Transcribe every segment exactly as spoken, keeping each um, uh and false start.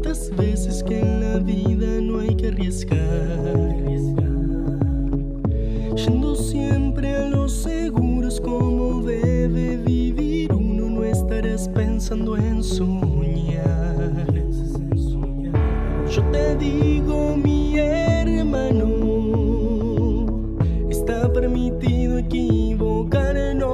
tantas veces que en la vida no hay que arriesgar, yendo siempre a los seguros como debe vivir uno. No estarás pensando en soñar. Yo te digo, mi hermano, está permitido equivocarnos.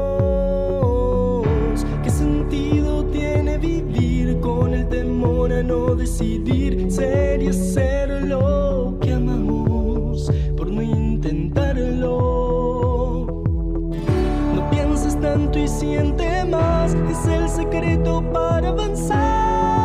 ¿Qué sentido tiene vivir con el temor a no decidir ser y hacer lo que amamos por no intentarlo? No pienses tanto y siente más, es el secreto para avanzar.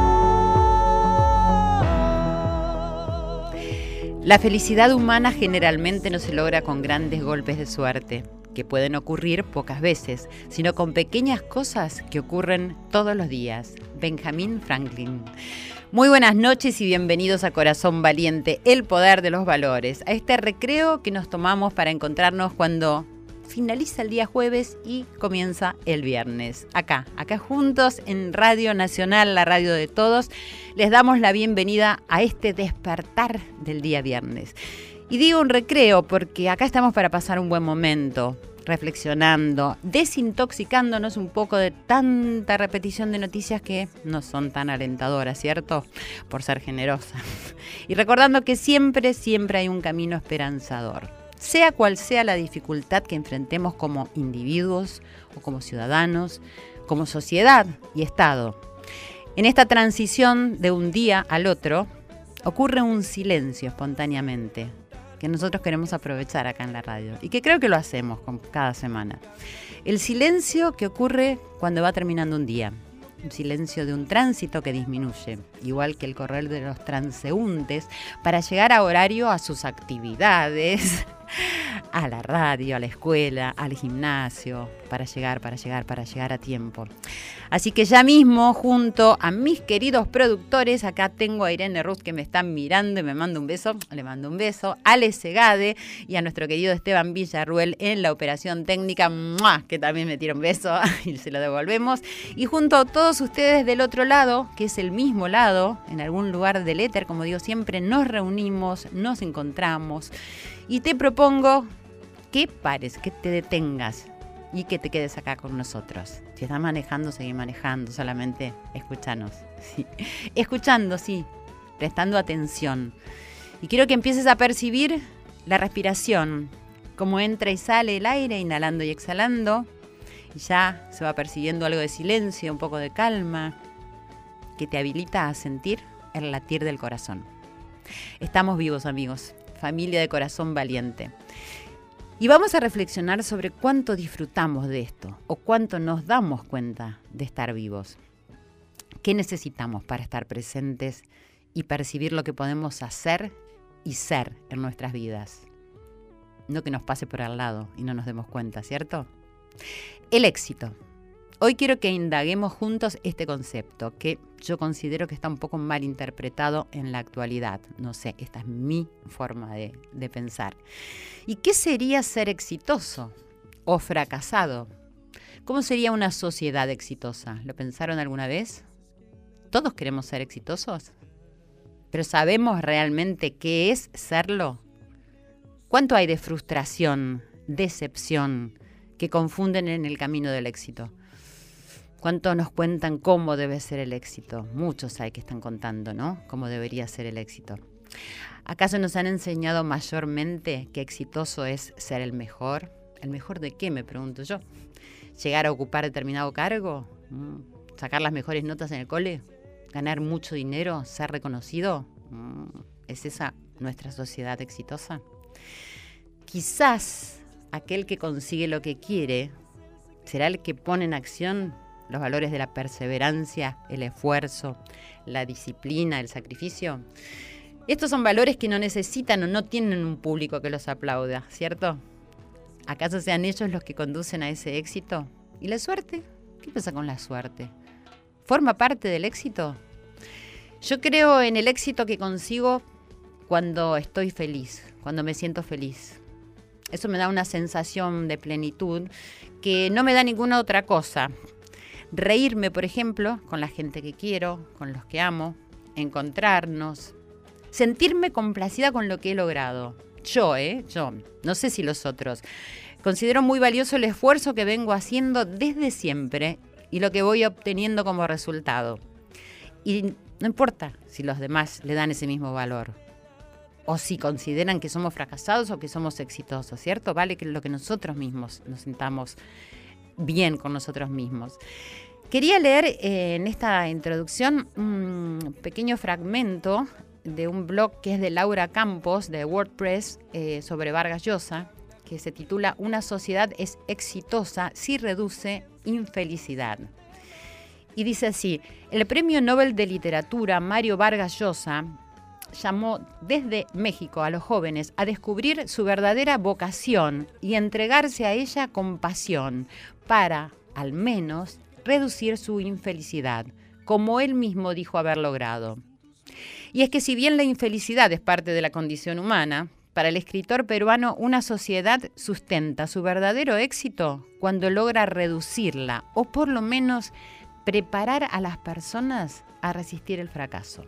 La felicidad humana generalmente no se logra con grandes golpes de suerte, que pueden ocurrir pocas veces, sino con pequeñas cosas que ocurren todos los días. Benjamin Franklin. Muy buenas noches y bienvenidos a Corazón Valiente, el poder de los valores, a este recreo que nos tomamos para encontrarnos cuando finaliza el día jueves y comienza el viernes. Acá, acá juntos en Radio Nacional, la radio de todos, les damos la bienvenida a este despertar del día viernes. Y digo un recreo porque acá estamos para pasar un buen momento, reflexionando, desintoxicándonos un poco de tanta repetición de noticias que no son tan alentadoras, ¿cierto? Por ser generosa. Y recordando que siempre, siempre hay un camino esperanzador. Sea cual sea la dificultad que enfrentemos como individuos o como ciudadanos, como sociedad y Estado. En esta transición de un día al otro, ocurre un silencio espontáneamente, que nosotros queremos aprovechar acá en la radio y que creo que lo hacemos con cada semana. El silencio que ocurre cuando va terminando un día. Un silencio de un tránsito que disminuye, igual que el correr de los transeúntes, para llegar a horario a sus actividades, a la radio, a la escuela, al gimnasio, para llegar, para llegar, para llegar a tiempo. Así que ya mismo, junto a mis queridos productores, acá tengo a Irene Ruth que me están mirando y me manda un beso, le mando un beso, a Ale Segade y a nuestro querido Esteban Villarruel en la operación técnica, ¡mua!, que también me tira un beso y se lo devolvemos. Y junto a todos ustedes del otro lado, que es el mismo lado, en algún lugar del éter, como digo siempre, nos reunimos, nos encontramos y te propongo que pares, que te detengas y que te quedes acá con nosotros. Si estás manejando, seguí manejando, solamente escúchanos. Sí. Escuchando, sí, prestando atención. Y quiero que empieces a percibir la respiración, cómo entra y sale el aire, inhalando y exhalando. Y ya se va percibiendo algo de silencio, un poco de calma, que te habilita a sentir el latir del corazón. Estamos vivos, amigos, familia de Corazón Valiente. Y vamos a reflexionar sobre cuánto disfrutamos de esto o cuánto nos damos cuenta de estar vivos. ¿Qué necesitamos para estar presentes y percibir lo que podemos hacer y ser en nuestras vidas? No que nos pase por al lado y no nos demos cuenta, ¿cierto? El éxito. Hoy quiero que indaguemos juntos este concepto que yo considero que está un poco mal interpretado en la actualidad. No sé, esta es mi forma de, de pensar. ¿Y qué sería ser exitoso o fracasado? ¿Cómo sería una sociedad exitosa? ¿Lo pensaron alguna vez? ¿Todos queremos ser exitosos? ¿Pero sabemos realmente qué es serlo? ¿Cuánto hay de frustración, decepción, que confunden en el camino del éxito? ¿Cuánto nos cuentan cómo debe ser el éxito? Muchos hay que están contando, ¿no? Cómo debería ser el éxito. ¿Acaso nos han enseñado mayormente que exitoso es ser el mejor? ¿El mejor de qué, me pregunto yo? ¿Llegar a ocupar determinado cargo? ¿Sacar las mejores notas en el cole? ¿Ganar mucho dinero? ¿Ser reconocido? ¿Es esa nuestra sociedad exitosa? Quizás aquel que consigue lo que quiere será el que pone en acción los valores de la perseverancia, el esfuerzo, la disciplina, el sacrificio. Estos son valores que no necesitan o no tienen un público que los aplauda, ¿cierto? ¿Acaso sean ellos los que conducen a ese éxito? ¿Y la suerte? ¿Qué pasa con la suerte? ¿Forma parte del éxito? Yo creo en el éxito que consigo cuando estoy feliz, cuando me siento feliz. Eso me da una sensación de plenitud que no me da ninguna otra cosa. Reírme, por ejemplo, con la gente que quiero, con los que amo, encontrarnos, sentirme complacida con lo que he logrado. Yo, ¿eh? Yo. No sé si los otros. Considero muy valioso el esfuerzo que vengo haciendo desde siempre y lo que voy obteniendo como resultado. Y no importa si los demás le dan ese mismo valor o si consideran que somos fracasados o que somos exitosos, ¿cierto? Vale que lo que nosotros mismos nos sintamos bien con nosotros mismos. Quería leer eh, en esta introducción un pequeño fragmento de un blog que es de Laura Campos de WordPress eh, sobre Vargas Llosa, que se titula Una sociedad es exitosa si reduce infelicidad. Y dice así: el Premio Nobel de Literatura Mario Vargas Llosa llamó desde México a los jóvenes a descubrir su verdadera vocación y entregarse a ella con pasión para, al menos, reducir su infelicidad, como él mismo dijo haber logrado. Y es que si bien la infelicidad es parte de la condición humana, para el escritor peruano una sociedad sustenta su verdadero éxito cuando logra reducirla o por lo menos preparar a las personas a resistir el fracaso.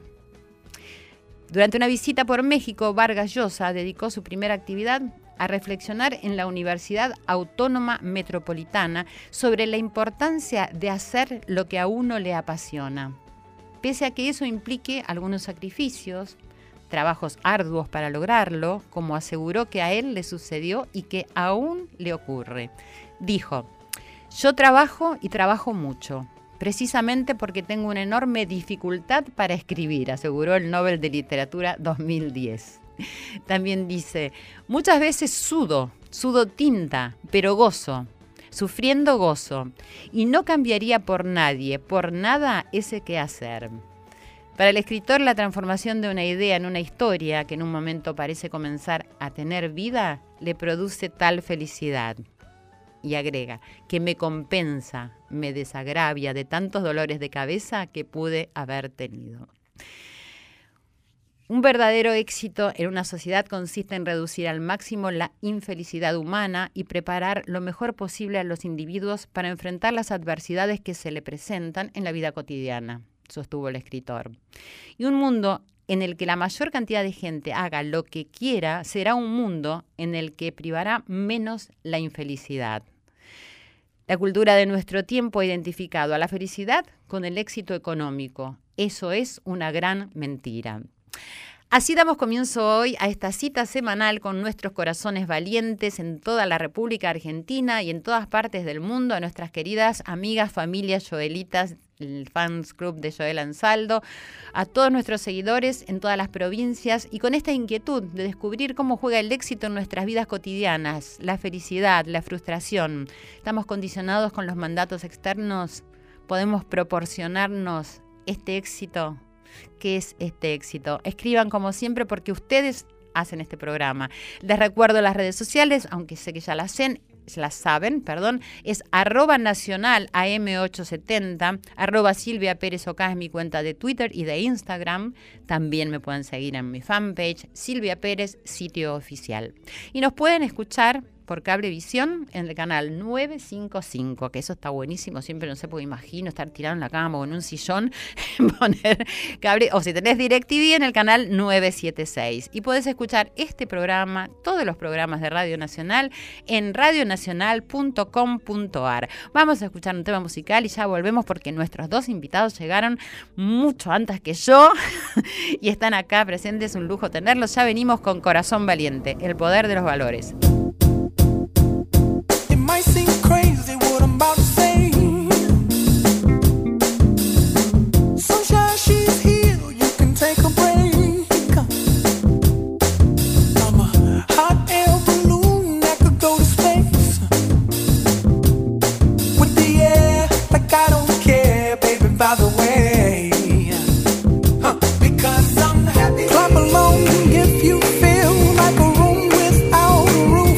Durante una visita por México, Vargas Llosa dedicó su primera actividad a reflexionar en la Universidad Autónoma Metropolitana sobre la importancia de hacer lo que a uno le apasiona, pese a que eso implique algunos sacrificios, trabajos arduos para lograrlo, como aseguró que a él le sucedió y que aún le ocurre. Dijo: yo trabajo y trabajo mucho, precisamente porque tengo una enorme dificultad para escribir, aseguró el Nobel de Literatura dos mil diez. También dice: muchas veces sudo, sudo tinta, pero gozo, sufriendo gozo, y no cambiaría por nadie, por nada ese quehacer. Para el escritor, la transformación de una idea en una historia que en un momento parece comenzar a tener vida, le produce tal felicidad. Y agrega, que me compensa, me desagravia de tantos dolores de cabeza que pude haber tenido. Un verdadero éxito en una sociedad consiste en reducir al máximo la infelicidad humana y preparar lo mejor posible a los individuos para enfrentar las adversidades que se le presentan en la vida cotidiana, sostuvo el escritor. Y un mundo en el que la mayor cantidad de gente haga lo que quiera será un mundo en el que privará menos la infelicidad. La cultura de nuestro tiempo ha identificado a la felicidad con el éxito económico. Eso es una gran mentira. Así damos comienzo hoy a esta cita semanal con nuestros corazones valientes en toda la República Argentina y en todas partes del mundo, a nuestras queridas amigas, familias, Joelitas, el Fans Club de Joel Ansaldo, a todos nuestros seguidores en todas las provincias y con esta inquietud de descubrir cómo juega el éxito en nuestras vidas cotidianas, la felicidad, la frustración. ¿Estamos condicionados con los mandatos externos? ¿Podemos proporcionarnos este éxito? ¿Qué es este éxito? Escriban como siempre porque ustedes hacen este programa. Les recuerdo las redes sociales, aunque sé que ya las hacen, las saben, perdón, es arroba nacional A M ochocientos setenta, arroba Silvia Pérez Ocá es mi cuenta de Twitter y de Instagram. También me pueden seguir en mi fanpage, Silvia Pérez, sitio oficial. Y nos pueden escuchar por Cablevisión en el canal novecientos cincuenta y cinco, que eso está buenísimo, siempre no sé, porque imagino estar tirado en la cama o en un sillón, poner cable, o si tenés DirecTV en el canal novecientos setenta y seis. Y podés escuchar este programa, todos los programas de Radio Nacional, en radio nacional punto com punto a r. Vamos a escuchar un tema musical y ya volvemos porque nuestros dos invitados llegaron mucho antes que yo y están acá presentes, un lujo tenerlos. Ya venimos con Corazón Valiente, el poder de los valores. Might seem crazy what I'm about to say. Sunshine, she's here, you can take a break. I'm a hot air balloon that could go to space. With the air, like I don't care, baby, by the way. Huh. Because I'm happy. Clap along if you feel like a room without a roof.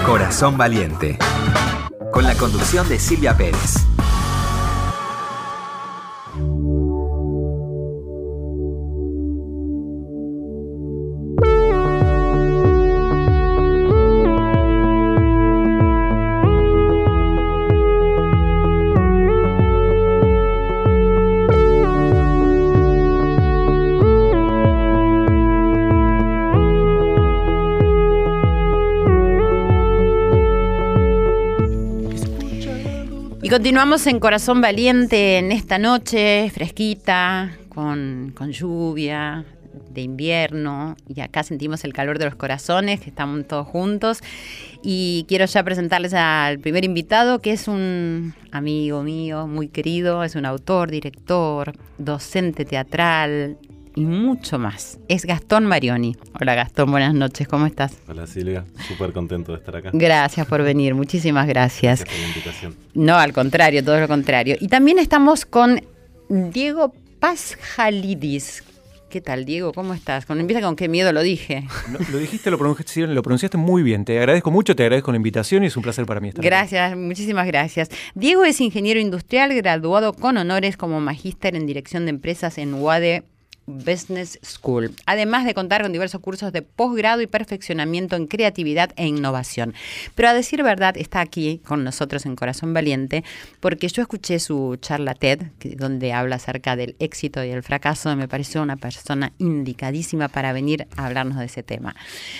Corazón Valiente, con la conducción de Silvia Pérez. Y continuamos en Corazón Valiente en esta noche fresquita, con, con lluvia de invierno, y acá sentimos el calor de los corazones, que estamos todos juntos. Y quiero ya presentarles al primer invitado, que es un amigo mío muy querido, es un autor, director, docente teatral y mucho más. Es Gastón Marioni. Hola Gastón, buenas noches, ¿cómo estás? Hola Silvia, súper contento de estar acá. Gracias por venir, muchísimas gracias. Gracias por la invitación. No, al contrario, todo lo contrario. Y también estamos con Diego Pasjalidis. ¿Qué tal, Diego? ¿Cómo estás? Con, empieza con qué miedo lo dije. Lo, lo dijiste, lo pronunciaste, lo pronunciaste muy bien. Te agradezco mucho, te agradezco la invitación y es un placer para mí estar aquí. Gracias, muchísimas gracias. Diego es ingeniero industrial, graduado con honores como magíster en dirección de empresas en U A D E Business School, además de contar con diversos cursos de posgrado y perfeccionamiento en creatividad e innovación. Pero a decir verdad, está aquí con nosotros en Corazón Valiente porque yo escuché su charla TED, que, donde habla acerca del éxito y el fracaso, y me pareció una persona indicadísima para venir a hablarnos de ese tema.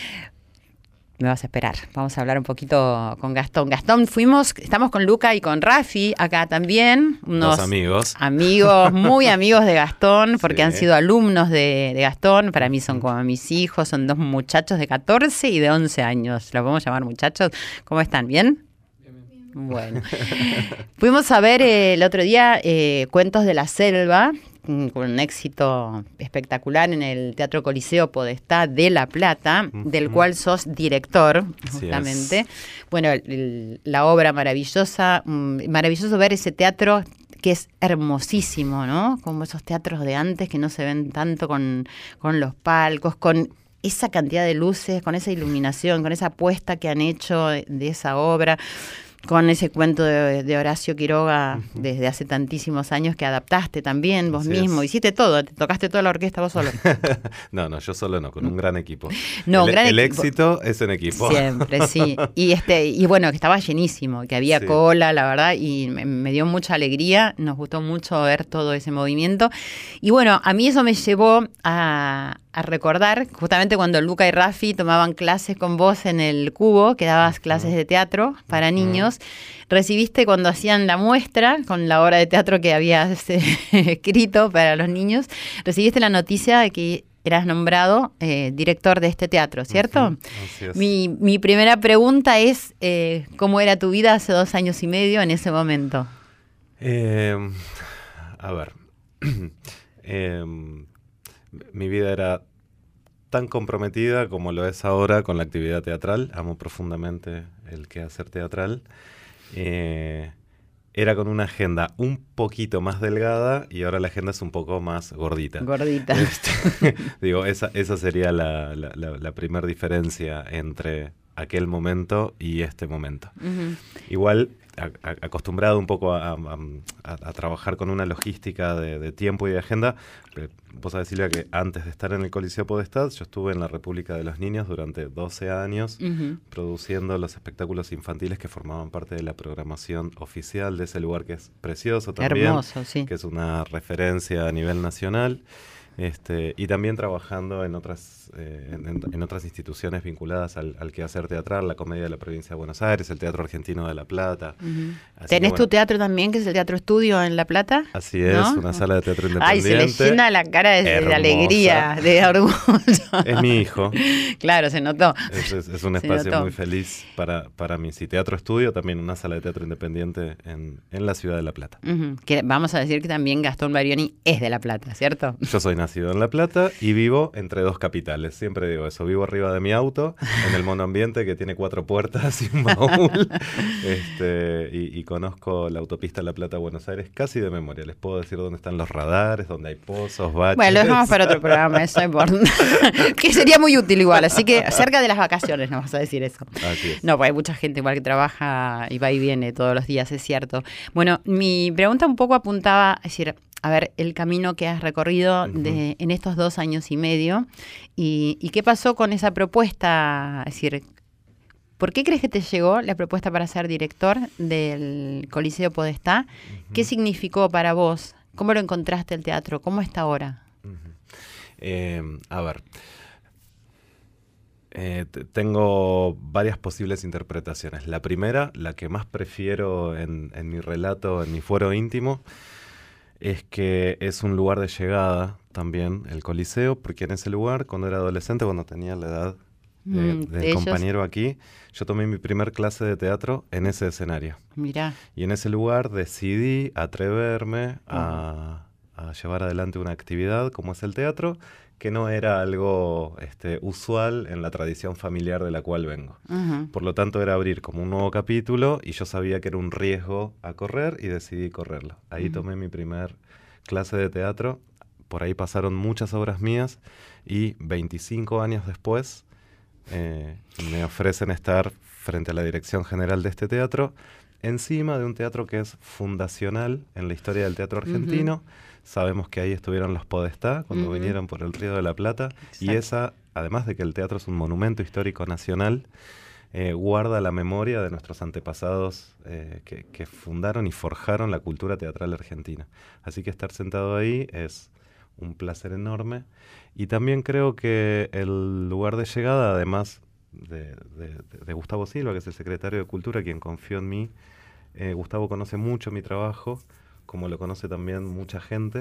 Me vas a esperar. Vamos a hablar un poquito con Gastón. Gastón, fuimos, estamos con Luca y con Rafi acá también. Unos Dos amigos. Amigos, muy amigos de Gastón, porque Sí. han sido alumnos de, de Gastón. Para mí son como mis hijos, son dos muchachos de catorce y de once años. ¿Los podemos llamar muchachos? ¿Cómo están? ¿Bien? Bueno. Fuimos a ver eh, el otro día eh, Cuentos de la Selva, con un éxito espectacular en el Teatro Coliseo Podestá de La Plata, uh-huh. del cual sos director, justamente. Bueno, el, el, la obra maravillosa, maravilloso ver ese teatro que es hermosísimo, ¿no? Como esos teatros de antes que no se ven tanto con, con los palcos, con esa cantidad de luces, con esa iluminación, con esa puesta que han hecho de, de esa obra, con ese cuento de, de Horacio Quiroga desde hace tantísimos años que adaptaste también vos Así mismo, es. Hiciste todo, te tocaste toda la orquesta vos solo. no, no, yo solo no, con un gran equipo. No, el, un gran el equipo. éxito es en equipo. Siempre, sí. Y este y bueno, que estaba llenísimo, que había Sí. cola, la verdad, y me, me dio mucha alegría, nos gustó mucho ver todo ese movimiento. Y bueno, a mí eso me llevó a, a recordar, justamente cuando Luca y Rafi tomaban clases con vos en el Cubo, que dabas clases de teatro para niños. Recibiste cuando hacían la muestra con la obra de teatro que habías eh, escrito para los niños, recibiste la noticia de que eras nombrado eh, director de este teatro, ¿cierto? Uh-huh. Así es. Mi, mi primera pregunta es, eh, ¿cómo era tu vida hace dos años y medio en ese momento? Eh, a ver, eh, mi vida era tan comprometida como lo es ahora con la actividad teatral. Amo profundamente el quehacer teatral. Eh, era con una agenda un poquito más delgada y ahora la agenda es un poco más gordita. Gordita. Este, digo, esa, esa sería la, la, la, la primera diferencia entre aquel momento y este momento. Uh-huh. Igual, a, a, acostumbrado un poco a, a, a, a trabajar con una logística de, de tiempo y de agenda, eh, vos sabés, Silvia, que antes de estar en el Coliseo Podestá, yo estuve en la República de los Niños durante doce años, uh-huh. produciendo los espectáculos infantiles que formaban parte de la programación oficial de ese lugar que es precioso también. Hermoso, sí. Que es una referencia a nivel nacional. Este, y también trabajando en otras, eh, en, en otras instituciones vinculadas al, al quehacer teatral, la Comedia de la Provincia de Buenos Aires, el Teatro Argentino de La Plata. Uh-huh. Así ¿Tenés que, bueno, tu teatro también, que es el Teatro Estudio en La Plata? Así es, ¿no? una sala de teatro Ay, independiente. se le llena la cara de, de hermosa. alegría, de orgullo. Es mi hijo. Claro, se notó. Es, es, es un Se espacio notó. muy feliz para, para mí. Sí, Teatro Estudio, también una sala de teatro independiente en, en la ciudad de La Plata. Uh-huh. Que vamos a decir que también Gastón Marioni es de La Plata, ¿cierto? Yo soy nacido nacido en La Plata y vivo entre dos capitales. Siempre digo eso, vivo arriba de mi auto, en el monoambiente que tiene cuatro puertas y un baúl. este, y, y conozco la autopista La Plata-Buenos Aires casi de memoria. Les puedo decir dónde están los radares, dónde hay pozos, baches. Bueno, lo dejamos para otro programa, eso por... que sería muy útil igual. Así que cerca de las vacaciones nos vas a decir eso. Así es. No, pues hay mucha gente igual que trabaja y va y viene todos los días, es cierto. Bueno, mi pregunta un poco apuntaba a decir... A ver, el camino que has recorrido uh-huh. de, en estos dos años y medio y, y qué pasó con esa propuesta, es decir, ¿por qué crees que te llegó la propuesta para ser director del Coliseo Podestá? Uh-huh. ¿Qué significó para vos? ¿Cómo lo encontraste el teatro? ¿Cómo está ahora? Uh-huh. eh, a ver, eh, t- tengo varias posibles interpretaciones. La primera, la que más prefiero en, en mi relato, en mi fuero íntimo, es que es un lugar de llegada también, el Coliseo, porque en ese lugar, cuando era adolescente, cuando tenía la edad de, mm, del de compañero aquí, yo tomé mi primer clase de teatro en ese escenario. Mirá. Y en ese lugar decidí atreverme a, a llevar adelante una actividad como es el teatro, que no era algo este, usual en la tradición familiar de la cual vengo. Uh-huh. Por lo tanto, era abrir como un nuevo capítulo y yo sabía que era un riesgo a correr y decidí correrlo. Ahí uh-huh. tomé mi primer clase de teatro, por ahí pasaron muchas obras mías y veinticinco años después eh, me ofrecen estar frente a la dirección general de este teatro, encima de un teatro que es fundacional en la historia del teatro argentino. Uh-huh. Sabemos que ahí estuvieron los Podestá cuando uh-huh. vinieron por el Río de la Plata. Exacto. Y esa, además de que el teatro es un monumento histórico nacional, eh, guarda la memoria de nuestros antepasados eh, que, que fundaron y forjaron la cultura teatral argentina. Así que estar sentado ahí es un placer enorme. Y también creo que el lugar de llegada, además de, de, de Gustavo Silva, que es el secretario de Cultura, quien confió en mí, eh, Gustavo conoce mucho mi trabajo, como lo conoce también mucha gente,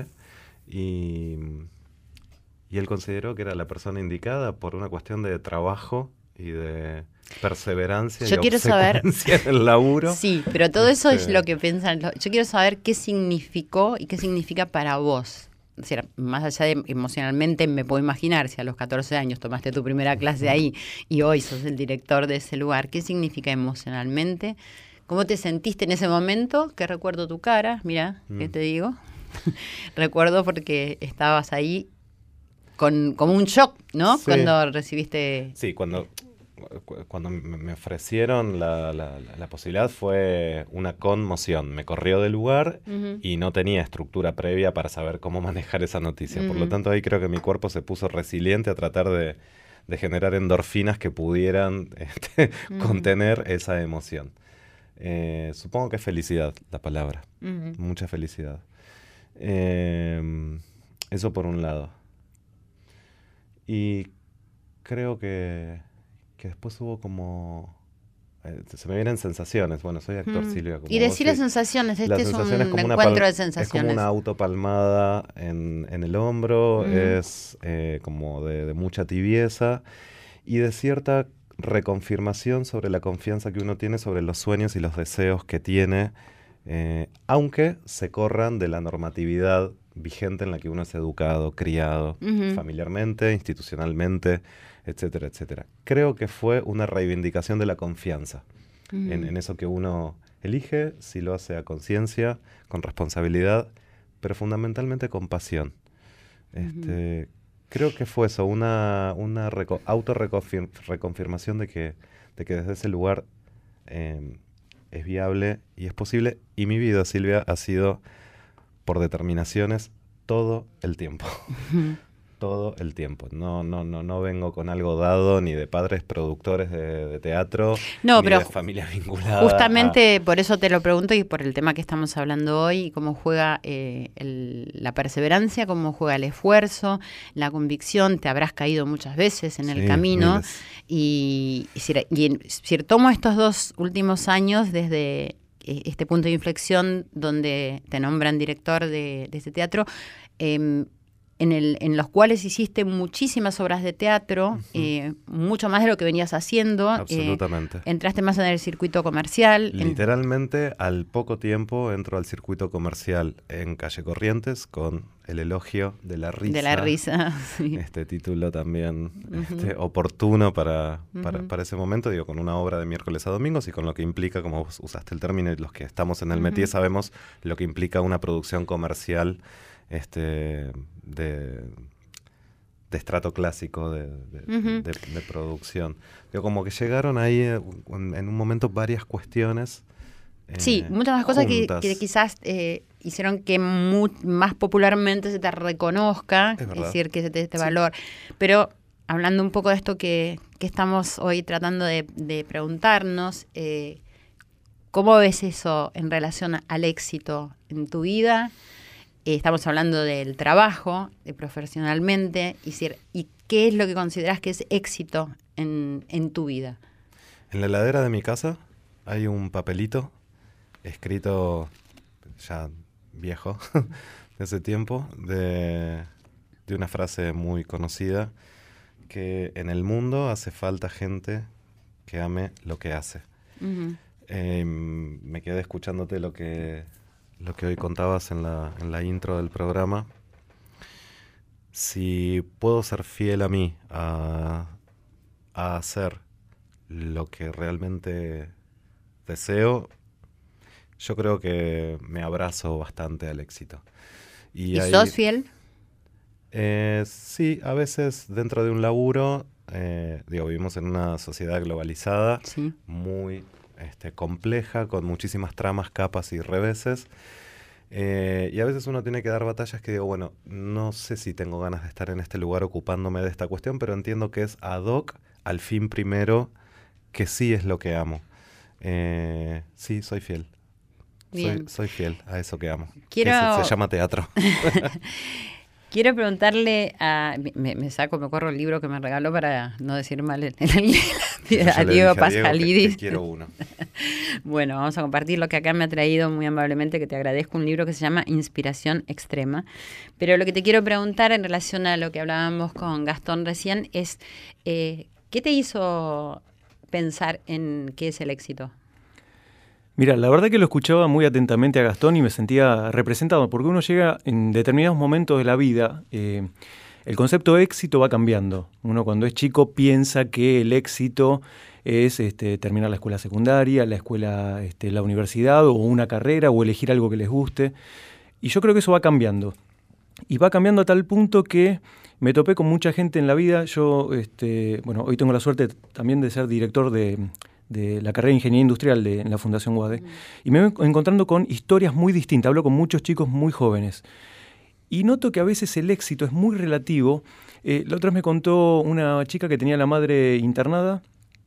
y, y él consideró que era la persona indicada por una cuestión de trabajo y de perseverancia. Yo y quiero saber en el laburo. Sí, pero todo eso este... es lo que piensan. Yo quiero saber qué significó y qué significa para vos. O sea, más allá de emocionalmente, me puedo imaginar, si a los catorce años tomaste tu primera clase ahí y hoy sos el director de ese lugar, ¿qué significa emocionalmente? ¿Cómo te sentiste en ese momento? Que recuerdo tu cara, mira, mm. ¿qué te digo? Recuerdo porque estabas ahí con como un shock, ¿no? Sí. Cuando recibiste... Sí, cuando, cuando me ofrecieron la, la, la posibilidad fue una conmoción. Me corrió del lugar uh-huh. y no tenía estructura previa para saber cómo manejar esa noticia. Uh-huh. Por lo tanto, ahí creo que mi cuerpo se puso resiliente a tratar de, de generar endorfinas que pudieran este, uh-huh. contener esa emoción. Eh, supongo que es felicidad la palabra, uh-huh. mucha felicidad. Eh, eso por un lado. Y creo que, que después hubo como... Eh, se me vienen sensaciones. Bueno, soy actor, mm. Silvia. Como y decir las sensaciones, este es un encuentro de sensaciones. Es como una autopalmada en, en el hombro, mm. es eh, como de, de mucha tibieza y de cierta reconfirmación sobre la confianza que uno tiene sobre los sueños y los deseos que tiene, eh, aunque se corran de la normatividad vigente en la que uno es educado, criado, uh-huh. familiarmente, institucionalmente, etcétera, etcétera. Creo que fue una reivindicación de la confianza uh-huh. en, en eso que uno elige, si lo hace a conciencia, con responsabilidad, pero fundamentalmente con pasión. Este, uh-huh. Creo que fue eso, una, una reco- autorreconfirmación de que, de que desde ese lugar eh, es viable y es posible. Y mi vida, Silvia, ha sido por determinaciones todo el tiempo. Uh-huh. Todo el tiempo. No, no, no, no vengo con algo dado ni de padres productores de, de teatro, no, ni pero de familia vinculada. Justamente a... por eso te lo pregunto y por el tema que estamos hablando hoy, cómo juega eh, el, la perseverancia, cómo juega el esfuerzo, la convicción. Te habrás caído muchas veces en el sí, camino. Miles. Y, y, si, y si tomo estos dos últimos años desde este punto de inflexión donde te nombran director de, de este teatro, eh, en, el, en los cuales hiciste muchísimas obras de teatro, uh-huh. eh, mucho más de lo que venías haciendo. Absolutamente. Eh, entraste más en el circuito comercial. Literalmente, en... al poco tiempo entro al circuito comercial en Calle Corrientes con El elogio de la risa. De la risa, sí. Este título también uh-huh. este, oportuno para, uh-huh. para, para ese momento, digo, con una obra de miércoles a domingos y con lo que implica, como vos usaste el término, y los que estamos en el uh-huh. métier sabemos lo que implica una producción comercial este de, de estrato clásico de, de, uh-huh. de, de producción. Digo, como que llegaron ahí en, en un momento varias cuestiones. Sí, eh, muchas más cosas que, que quizás eh, hicieron que mu- más popularmente se te reconozca, es, es decir, que se te dé este sí. valor. Pero hablando un poco de esto que, que estamos hoy tratando de, de preguntarnos, eh, ¿cómo ves eso en relación al éxito en tu vida? Eh, estamos hablando del trabajo, de profesionalmente, y, decir, ¿y qué es lo que consideras que es éxito en, en tu vida? En la heladera de mi casa hay un papelito escrito ya viejo de ese tiempo, de, de una frase muy conocida, que en el mundo hace falta gente que ame lo que hace. Uh-huh. Eh, me quedé escuchándote lo que, lo que hoy contabas en la, en la intro del programa. Si puedo ser fiel a mí, a, a hacer lo que realmente deseo, yo creo que me abrazo bastante al éxito. ¿Y, ¿Y ahí, sos fiel? Eh, sí, a veces dentro de un laburo, eh, digo, vivimos en una sociedad globalizada, sí. muy este, compleja, con muchísimas tramas, capas y reveses. Eh, y a veces uno tiene que dar batallas que digo, bueno, no sé si tengo ganas de estar en este lugar ocupándome de esta cuestión, pero entiendo que es ad hoc al fin primero, que sí es lo que amo. Eh, sí, soy fiel. Soy, soy fiel a eso que amo. Quiero... Que se, se llama teatro. Quiero preguntarle a... Me, me saco, me corro el libro que me regaló para no decir mal el, el, el, a Diego Pascalidis. Que, que quiero uno. Bueno, vamos a compartir lo que acá me ha traído muy amablemente, que te agradezco, un libro que se llama Inspiración Extrema. Pero lo que te quiero preguntar en relación a lo que hablábamos con Gastón recién es, eh, ¿qué te hizo pensar en qué es el éxito? Mira, la verdad que lo escuchaba muy atentamente a Gastón y me sentía representado, porque uno llega en determinados momentos de la vida, eh, el concepto de éxito va cambiando. Uno cuando es chico piensa que el éxito es este, terminar la escuela secundaria, la escuela, este, la universidad o una carrera o elegir algo que les guste. Y yo creo que eso va cambiando. Y va cambiando a tal punto que me topé con mucha gente en la vida. Yo, este, bueno, hoy tengo la suerte también de ser director de... de la carrera de Ingeniería Industrial de, en la Fundación UADE, mm. y me voy encontrando con historias muy distintas. Hablo con muchos chicos muy jóvenes. Y noto que a veces el éxito es muy relativo. Eh, la otra vez me contó una chica que tenía a la madre internada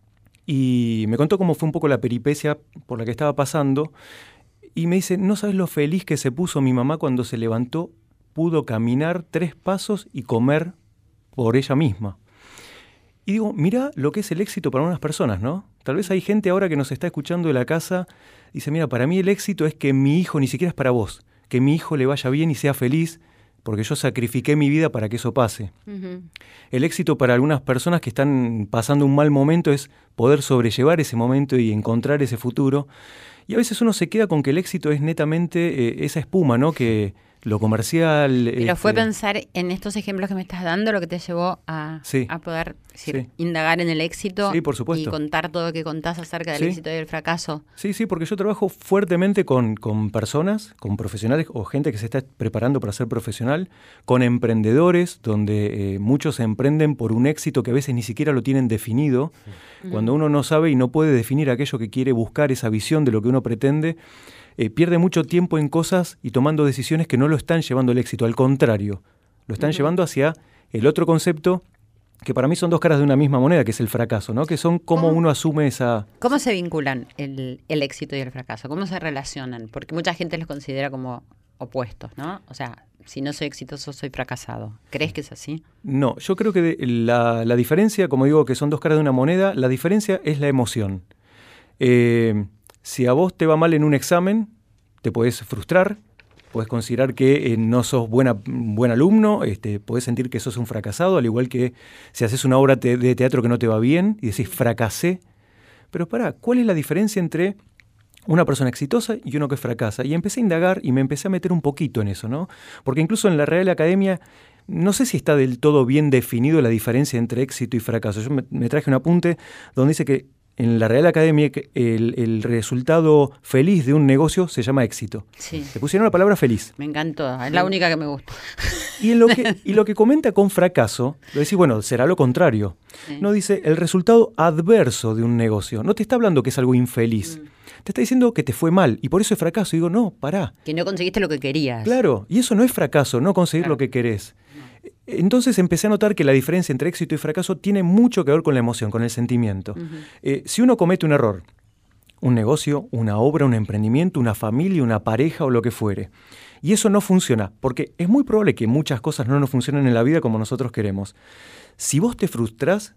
y me contó cómo fue un poco la peripecia por la que estaba pasando. Y me dice, no sabes lo feliz que se puso mi mamá cuando se levantó, pudo caminar tres pasos y comer por ella misma. Y digo, mira lo que es el éxito para unas personas, ¿no? Tal vez hay gente ahora que nos está escuchando de la casa, dice, mira, para mí el éxito es que mi hijo, ni siquiera es para vos, que mi hijo le vaya bien y sea feliz, porque yo sacrifiqué mi vida para que eso pase. Uh-huh. El éxito para algunas personas que están pasando un mal momento es poder sobrellevar ese momento y encontrar ese futuro. Y a veces uno se queda con que el éxito es netamente eh, esa espuma, ¿no? Que lo comercial... Pero este... fue pensar en estos ejemplos que me estás dando lo que te llevó a, sí. a poder decir, sí. indagar en el éxito sí, por supuesto. Y contar todo lo que contás acerca del sí. éxito y del fracaso. Sí, sí, porque yo trabajo fuertemente con, con personas, con profesionales o gente que se está preparando para ser profesional, con emprendedores, donde eh, muchos emprenden por un éxito que a veces ni siquiera lo tienen definido. Sí. Cuando uno no sabe y no puede definir aquello que quiere buscar, esa visión de lo que uno pretende, Eh, pierde mucho tiempo en cosas y tomando decisiones que no lo están llevando al éxito, al contrario, lo están uh-huh. llevando hacia el otro concepto que para mí son dos caras de una misma moneda, que es el fracaso, ¿no? Que son cómo, ¿Cómo? uno asume esa... ¿Cómo se vinculan el, el éxito y el fracaso? ¿Cómo se relacionan? Porque mucha gente los considera como opuestos, ¿no? O sea, si no soy exitoso, soy fracasado. ¿Crees que es así? No, yo creo que de, la, la diferencia, como digo, que son dos caras de una moneda, la diferencia es la emoción. Eh... Si a vos te va mal en un examen, te podés frustrar, podés considerar que eh, no sos buena, buen alumno, este, podés sentir que sos un fracasado, al igual que si haces una obra te, de teatro que no te va bien y decís fracasé. Pero pará, ¿cuál es la diferencia entre una persona exitosa y uno que fracasa? Y empecé a indagar y me empecé a meter un poquito en eso, ¿no? Porque incluso en la Real Academia no sé si está del todo bien definido la diferencia entre éxito y fracaso. Yo me, me traje un apunte donde dice que en la Real Academia el, el resultado feliz de un negocio se llama éxito. Sí. Le pusieron la palabra feliz. Me encantó, es la única que me gusta. Y, en lo que, y lo que comenta con fracaso, lo decís, bueno, será lo contrario. Sí. No dice el resultado adverso de un negocio. No te está hablando que es algo infeliz. Mm. Te está diciendo que te fue mal y por eso es fracaso. Y digo, no, pará. Que no conseguiste lo que querías. Claro, y eso no es fracaso, no conseguir claro. lo que querés. No. Entonces empecé a notar que la diferencia entre éxito y fracaso tiene mucho que ver con la emoción, con el sentimiento. Uh-huh. Eh, si uno comete un error, un negocio, una obra, un emprendimiento, una familia, una pareja o lo que fuere, y eso no funciona, porque es muy probable que muchas cosas no nos funcionen en la vida como nosotros queremos. Si vos te frustrás,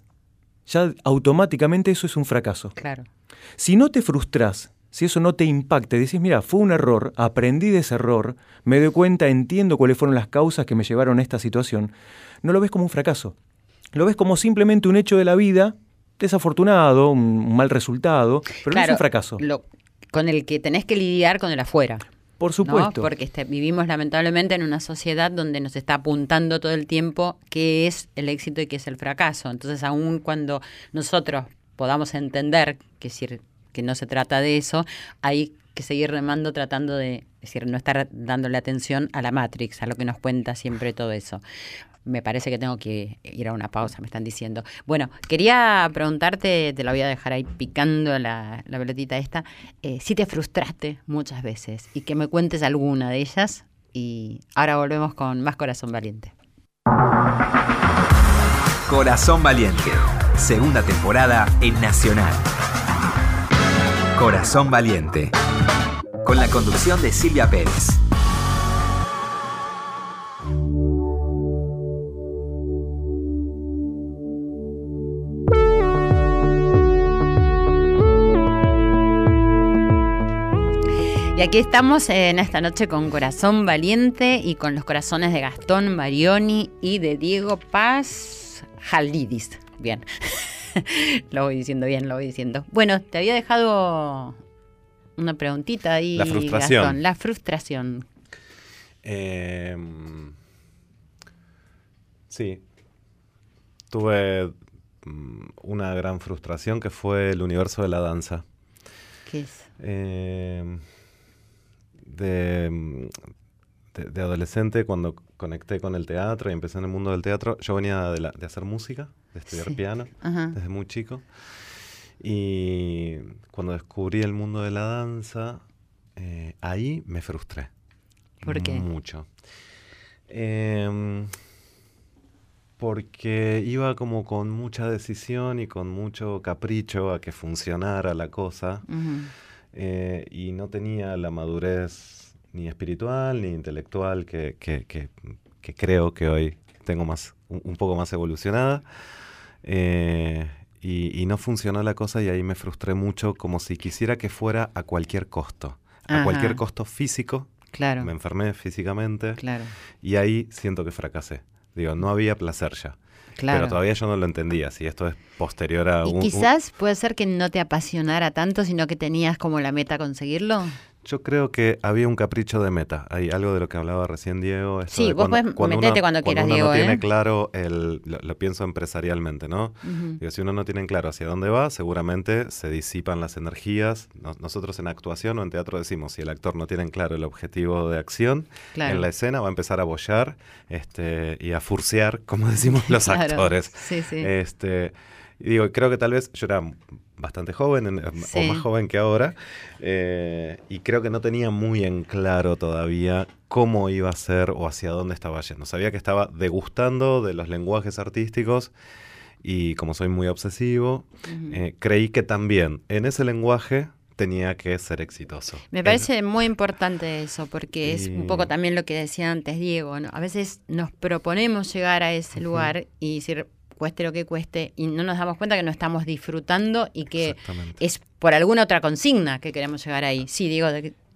ya automáticamente eso es un fracaso. Claro. Si no te frustrás, si eso no te impacta, decís, mira, fue un error, aprendí de ese error, me doy cuenta, entiendo cuáles fueron las causas que me llevaron a esta situación, no lo ves como un fracaso. Lo ves como simplemente un hecho de la vida, desafortunado, un mal resultado, pero claro, no es un fracaso. Lo, con el que tenés que lidiar con el afuera. Por supuesto. ¿No? Porque este, vivimos lamentablemente en una sociedad donde nos está apuntando todo el tiempo qué es el éxito y qué es el fracaso. Entonces, aun cuando nosotros podamos entender que es decir, que no se trata de eso, hay que seguir remando tratando de, es decir, no estar dándole atención a la Matrix, a lo que nos cuenta siempre todo eso. Me parece que tengo que ir a una pausa, me están diciendo. Bueno, quería preguntarte, te la voy a dejar ahí picando la, la pelotita esta, eh, si te frustraste muchas veces y que me cuentes alguna de ellas. Y ahora volvemos con más Corazón Valiente. Corazón Valiente, segunda temporada en Nacional. Corazón Valiente, con la conducción de Silvia Pérez. Y aquí estamos en esta noche con Corazón Valiente y con los corazones de Gastón Marioni y de Diego Paz Jalidis. Bien, lo voy diciendo bien, lo voy diciendo. Bueno, te había dejado una preguntita ahí, La frustración. Gastón. La frustración. Eh, sí, tuve una gran frustración que fue el universo de la danza. ¿Qué es? Eh... De, de, de adolescente, cuando conecté con el teatro y empecé en el mundo del teatro, yo venía de, la, de hacer música, de estudiar sí. piano, Ajá. desde muy chico. Y cuando descubrí el mundo de la danza, eh, ahí me frustré. ¿Por qué? Mucho. Eh, porque iba como con mucha decisión y con mucho capricho a que funcionara la cosa. Uh-huh. Eh, y no tenía la madurez ni espiritual ni intelectual que, que, que, que creo que hoy tengo más un, un poco más evolucionada. Eh, y, y no funcionó la cosa y ahí me frustré mucho, como si quisiera que fuera a cualquier costo. A Ajá. cualquier costo físico. Claro. Me enfermé físicamente. Claro. Y ahí siento que fracasé. Digo, no había placer ya. Claro. Pero todavía yo no lo entendía, si esto es posterior a... ¿Y un, quizás un... puede ser que no te apasionara tanto, sino que tenías como la meta conseguirlo? Yo creo que había un capricho de meta. Hay algo de lo que hablaba recién Diego. Esto sí, de vos cuando, puedes cuando meterte uno, cuando quieras, cuando uno Diego. no ¿eh? tiene claro, el, lo, lo pienso empresarialmente, ¿no? Uh-huh. Digo, si uno no tiene claro hacia dónde va, seguramente se disipan las energías. Nos, nosotros en actuación o en teatro decimos, si el actor no tiene claro el objetivo de acción, claro. en la escena va a empezar a bollar este, y a furciar, como decimos los claro. actores. Sí, sí. Este, y digo, creo que tal vez yo era bastante joven, sí. o más joven que ahora, eh, y creo que no tenía muy en claro todavía cómo iba a ser o hacia dónde estaba yendo. Sabía que estaba degustando de los lenguajes artísticos y como soy muy obsesivo, uh-huh. eh, creí que también en ese lenguaje tenía que ser exitoso. Me parece es... muy importante eso, porque y... es un poco también lo que decía antes Diego, ¿no? A veces nos proponemos llegar a ese uh-huh. lugar y decir... cueste lo que cueste, y no nos damos cuenta que no estamos disfrutando y que es por alguna otra consigna que queremos llegar ahí. Sí, digo, de que...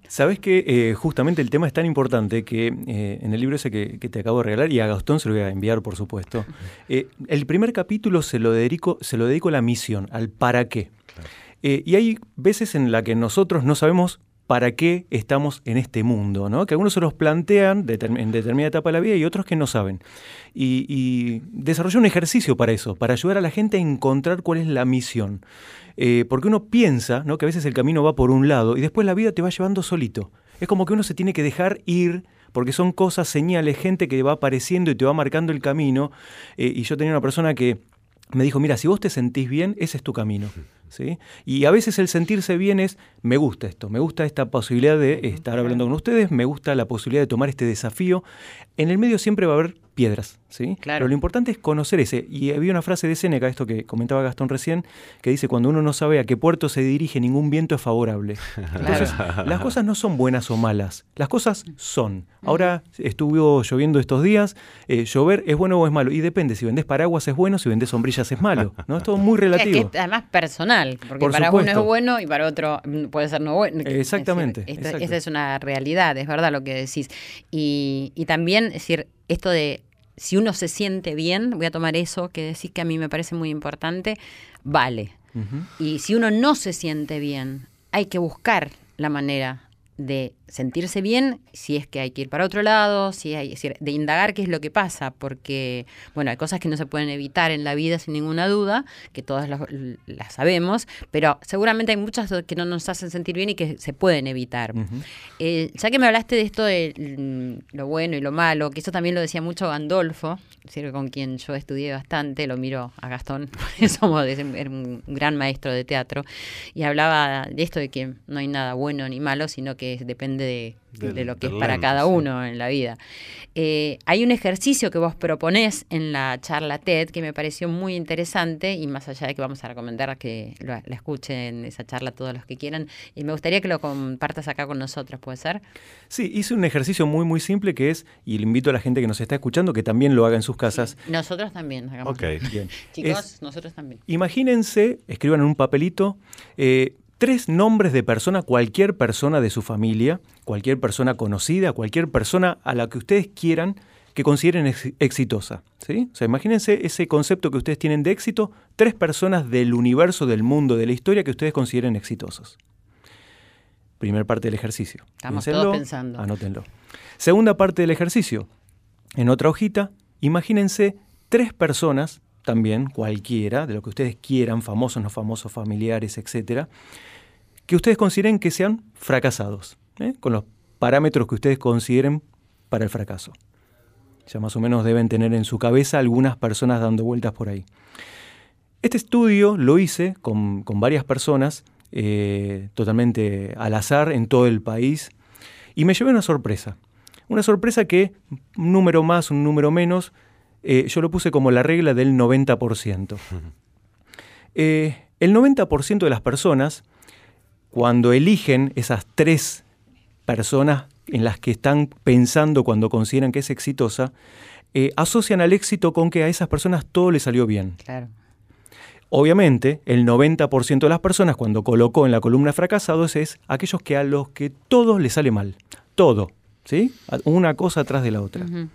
Sabés que eh, justamente el tema es tan importante que eh, en el libro ese que, que te acabo de regalar, y a Gastón se lo voy a enviar, por supuesto, eh, el primer capítulo se lo dedico, se lo dedico a la misión, al para qué. Claro. Eh, y hay veces en las que nosotros no sabemos para qué estamos en este mundo, ¿no? Que algunos se los plantean determ- en determinada etapa de la vida y otros que no saben. Y, y desarrollé un ejercicio para eso, para ayudar a la gente a encontrar cuál es la misión. Eh, porque uno piensa, ¿no?, que a veces el camino va por un lado y después la vida te va llevando solito. Es como que uno se tiene que dejar ir porque son cosas, señales, gente que va apareciendo y te va marcando el camino. Eh, y yo tenía una persona que me dijo, mira, si vos te sentís bien, ese es tu camino. ¿Sí? Y a veces el sentirse bien es, me gusta esto, me gusta esta posibilidad de estar hablando con ustedes, me gusta la posibilidad de tomar este desafío. En el medio siempre va a haber piedras, ¿sí? Claro. Pero lo importante es conocer ese. Y había una frase de Séneca, esto que comentaba Gastón recién, que dice, cuando uno no sabe a qué puerto se dirige, ningún viento es favorable. Entonces, las cosas no son buenas o malas, las cosas son. Ahora estuvo lloviendo estos días, eh, llover es bueno o es malo, y depende, si vendés paraguas es bueno, si vendés sombrillas es malo, ¿no? Es todo muy relativo. Es que es además personal, porque Por para supuesto. uno es bueno y para otro puede ser no bueno. Exactamente. Es decir, exacto. Esa es una realidad, es verdad lo que decís. Y, y también, es decir, esto de si uno se siente bien, voy a tomar eso que decís que a mí me parece muy importante, vale. Uh-huh. Y si uno no se siente bien, hay que buscar la manera de sentirse bien, si es que hay que ir para otro lado, si hay, es decir, de indagar qué es lo que pasa, porque, bueno, hay cosas que no se pueden evitar en la vida sin ninguna duda, que todas las, las sabemos, pero seguramente hay muchas que no nos hacen sentir bien y que se pueden evitar. Uh-huh. Eh, ya que me hablaste de esto de lo bueno y lo malo, que eso también lo decía mucho Gandolfo, es decir, con quien yo estudié bastante, lo miro a Gastón, somos era un gran maestro de teatro, y hablaba de esto de que no hay nada bueno ni malo, sino que depende de, de, de lo que es para lento, cada uno sí. en la vida. Eh, hay un ejercicio que vos proponés en la charla TED que me pareció muy interesante, y más allá de que vamos a recomendar que lo, la escuchen esa charla todos los que quieran, y me gustaría que lo compartas acá con nosotros, ¿puede ser? Sí, hice un ejercicio muy muy simple que es, y le invito a la gente que nos está escuchando que también lo haga en sus casas. Sí, nosotros también hagamos. Ok, bien. Chicos, es, nosotros también. Imagínense, escriban en un papelito, eh, tres nombres de persona, cualquier persona de su familia, cualquier persona conocida, cualquier persona a la que ustedes quieran que consideren ex- exitosa, ¿sí? O sea, imagínense ese concepto que ustedes tienen de éxito, tres personas del universo, del mundo, de la historia que ustedes consideren exitosos. Primer parte del ejercicio. Estamos Piénsenlo, todos pensando. Anótenlo. Segunda parte del ejercicio. En otra hojita, imagínense tres personas, también cualquiera, de lo que ustedes quieran, famosos, no famosos, familiares, etcétera, que ustedes consideren que sean fracasados, ¿eh? Con los parámetros que ustedes consideren para el fracaso. Ya más o menos deben tener en su cabeza algunas personas dando vueltas por ahí. Este estudio lo hice con, con varias personas, eh, totalmente al azar en todo el país, y me llevé una sorpresa. Una sorpresa que, un número más, un número menos, eh, yo lo puse como la regla del noventa por ciento. Eh, el noventa por ciento de las personas, cuando eligen esas tres personas en las que están pensando cuando consideran que es exitosa, eh, asocian al éxito con que a esas personas todo les salió bien. Claro. Obviamente, el noventa por ciento de las personas cuando colocó en la columna fracasados es aquellos que a los que todo les sale mal. Todo, ¿sí? Una cosa atrás de la otra. Uh-huh.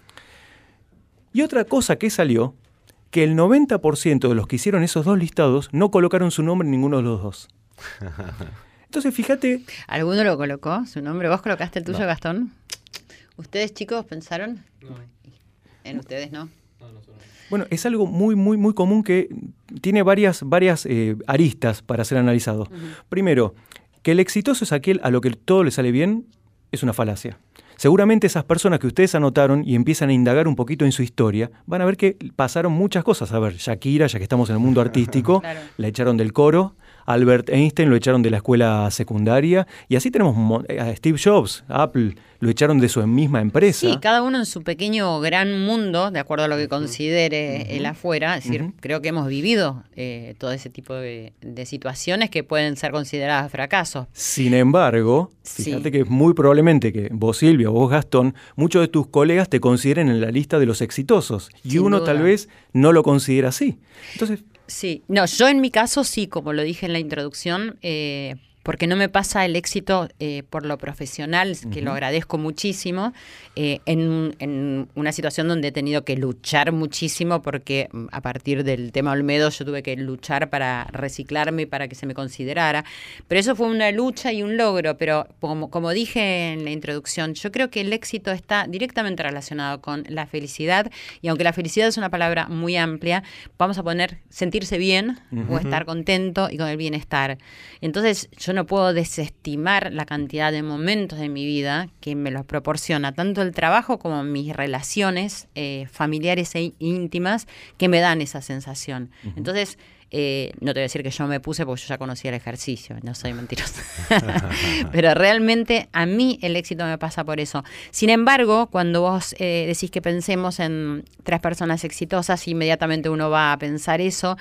Y otra cosa que salió, que el noventa por ciento de los que hicieron esos dos listados no colocaron su nombre en ninguno de los dos. Entonces, fíjate... ¿Alguno lo colocó, su nombre? ¿Vos colocaste el tuyo, no. Gastón? ¿Ustedes, chicos, pensaron? No. ¿En ustedes no? No, no son. Bueno, es algo muy, muy, muy común que tiene varias, varias eh, aristas para ser analizado. Uh-huh. Primero, que el exitoso es aquel a lo que todo le sale bien, es una falacia. Seguramente esas personas que ustedes anotaron y empiezan a indagar un poquito en su historia, van a ver que pasaron muchas cosas. A ver, Shakira, ya que estamos en el mundo artístico, claro. La echaron del coro. Albert Einstein lo echaron de la escuela secundaria. Y así tenemos a Steve Jobs, Apple, lo echaron de su misma empresa. Sí, cada uno en su pequeño gran mundo, de acuerdo a lo que considere uh-huh. el afuera. Es decir, uh-huh. creo que hemos vivido eh, todo ese tipo de, de situaciones que pueden ser consideradas fracasos. Sin embargo, fíjate sí. que es muy probablemente que vos, Silvia, vos, Gastón, muchos de tus colegas te consideren en la lista de los exitosos. Y Sin uno duda. Tal vez no lo considera así. Entonces... Sí, no, yo en mi caso sí, como lo dije en la introducción, eh, porque no me pasa el éxito eh, por lo profesional, que Uh-huh. lo agradezco muchísimo, eh, en, en una situación donde he tenido que luchar muchísimo, porque mm, a partir del tema Olmedo yo tuve que luchar para reciclarme y para que se me considerara. Pero eso fue una lucha y un logro, pero como, como dije en la introducción, yo creo que el éxito está directamente relacionado con la felicidad, y aunque la felicidad es una palabra muy amplia, vamos a poner sentirse bien Uh-huh. o estar contento y con el bienestar. Entonces yo no puedo desestimar la cantidad de momentos de mi vida que me los proporciona tanto el trabajo como mis relaciones eh, familiares e íntimas que me dan esa sensación. Uh-huh. Entonces, eh, no te voy a decir que yo me puse porque yo ya conocía el ejercicio, no soy mentirosa. Pero realmente a mí el éxito me pasa por eso. Sin embargo, cuando vos eh, decís que pensemos en tres personas exitosas, inmediatamente uno va a pensar eso.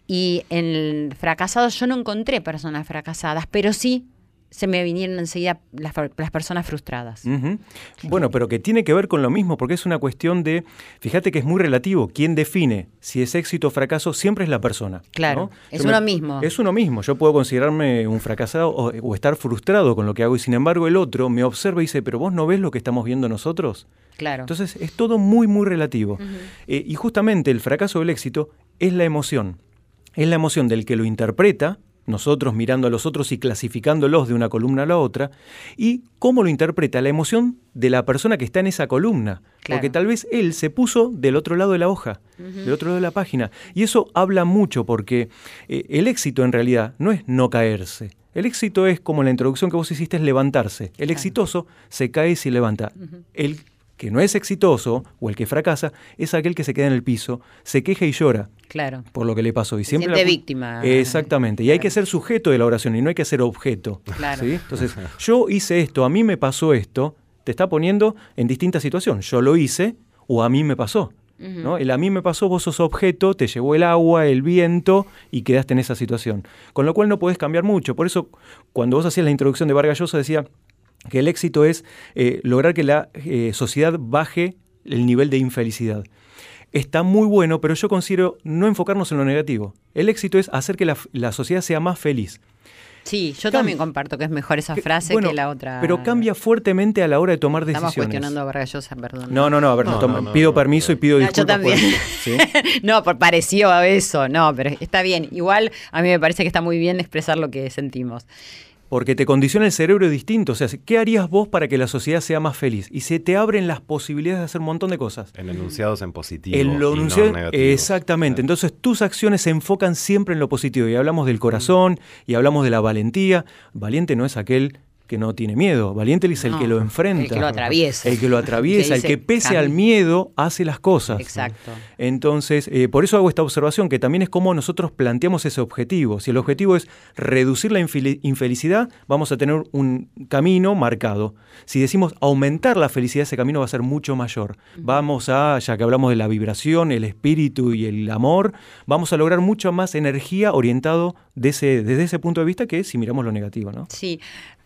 Y en fracasados yo no encontré personas fracasadas, pero sí se me vinieron enseguida las, las personas frustradas. Uh-huh. Bueno, pero que tiene que ver con lo mismo, porque es una cuestión de, fíjate que es muy relativo, quien define si es éxito o fracaso siempre es la persona. Claro, ¿no? es Yo uno me, mismo. Es uno mismo, yo puedo considerarme un fracasado o, o estar frustrado con lo que hago, y sin embargo el otro me observa y dice, pero vos no ves lo que estamos viendo nosotros. Claro. Entonces es todo muy, muy relativo. Uh-huh. Eh, y justamente el fracaso o el éxito es la emoción. Es la emoción del que lo interpreta, nosotros mirando a los otros y clasificándolos de una columna a la otra, y cómo lo interpreta la emoción de la persona que está en esa columna. Claro. Porque tal vez él se puso del otro lado de la hoja, uh-huh. del otro lado de la página. Y eso habla mucho, porque eh, el éxito en realidad no es no caerse. El éxito es, como la introducción que vos hiciste, es levantarse. El claro. exitoso se cae y se levanta. Uh-huh. El que no es exitoso, o el que fracasa, es aquel que se queda en el piso, se queja y llora. Claro. Por lo que le pasó. Y se siempre siente la... víctima. Exactamente. Y claro. hay que ser sujeto de la oración y no hay que ser objeto. Claro. ¿Sí? Entonces, yo hice esto, a mí me pasó esto, te está poniendo en distintas situaciones. Yo lo hice o a mí me pasó. Uh-huh. ¿No? El a mí me pasó, vos sos objeto, te llevó el agua, el viento y quedaste en esa situación. Con lo cual no podés cambiar mucho. Por eso, cuando vos hacías la introducción de Vargas Llosa, decía que el éxito es eh, lograr que la eh, sociedad baje el nivel de infelicidad. Está muy bueno, pero yo considero no enfocarnos en lo negativo. El éxito es hacer que la, la sociedad sea más feliz. Sí, yo Cam- también comparto que es mejor esa frase que, bueno, que la otra. Pero cambia fuertemente a la hora de tomar decisiones. Estamos cuestionando a Vargas Llosa, perdón. No, no, no, a ver, No, no, toma, no, no, pido no, permiso no. y pido No, disculpas. yo también. Por, ¿sí? No, por pareció a eso, no, pero está bien. Igual a mí me parece que está muy bien expresar lo que sentimos. Porque te condiciona el cerebro distinto. O sea, ¿qué harías vos para que la sociedad sea más feliz? Y se te abren las posibilidades de hacer un montón de cosas. En enunciados en positivo En lo y enunciado, no en negativo. exactamente. Entonces tus acciones se enfocan siempre en lo positivo. Y hablamos del corazón, y hablamos de la valentía. Valiente no es aquel que no tiene miedo. Valiente es el No, que lo enfrenta. el que lo atraviesa. El que lo atraviesa, Que el dice, que pese "Cami-". al miedo hace las cosas. Exacto. Entonces, eh, por eso hago esta observación, que también es cómo nosotros planteamos ese objetivo. Si el objetivo es reducir la infel- infelicidad, vamos a tener un camino marcado. Si decimos aumentar la felicidad, ese camino va a ser mucho mayor. Uh-huh. Vamos a, ya que hablamos de la vibración, el espíritu y el amor, vamos a lograr mucha más energía orientado de ese, desde ese punto de vista que si miramos lo negativo, ¿no? Sí.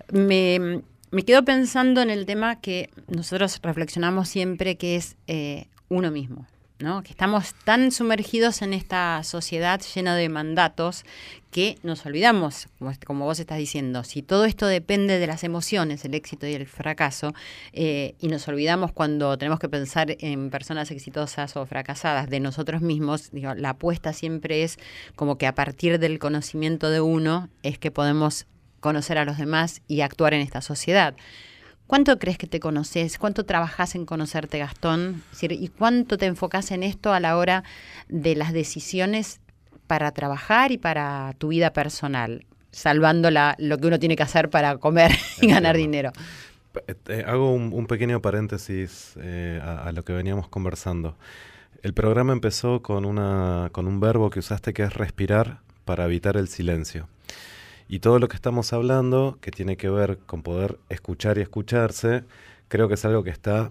Me, me quedo pensando en el tema que nosotros reflexionamos siempre, que es eh, uno mismo, ¿no? Que estamos tan sumergidos en esta sociedad llena de mandatos que nos olvidamos, como, como vos estás diciendo, si todo esto depende de las emociones, el éxito y el fracaso, eh, y nos olvidamos cuando tenemos que pensar en personas exitosas o fracasadas de nosotros mismos, digo, la apuesta siempre es como que a partir del conocimiento de uno es que podemos conocer a los demás y actuar en esta sociedad. ¿Cuánto crees que te conoces? ¿Cuánto trabajás en conocerte, Gastón? Es decir, ¿y cuánto te enfocás en esto a la hora de las decisiones para trabajar y para tu vida personal, salvando la, lo que uno tiene que hacer para comer y ganar dinero? Eh, hago un, un pequeño paréntesis eh, a, a lo que veníamos conversando. El programa empezó con, una, con un verbo que usaste, que es respirar para evitar el silencio. Y todo lo que estamos hablando, que tiene que ver con poder escuchar y escucharse, creo que es algo que está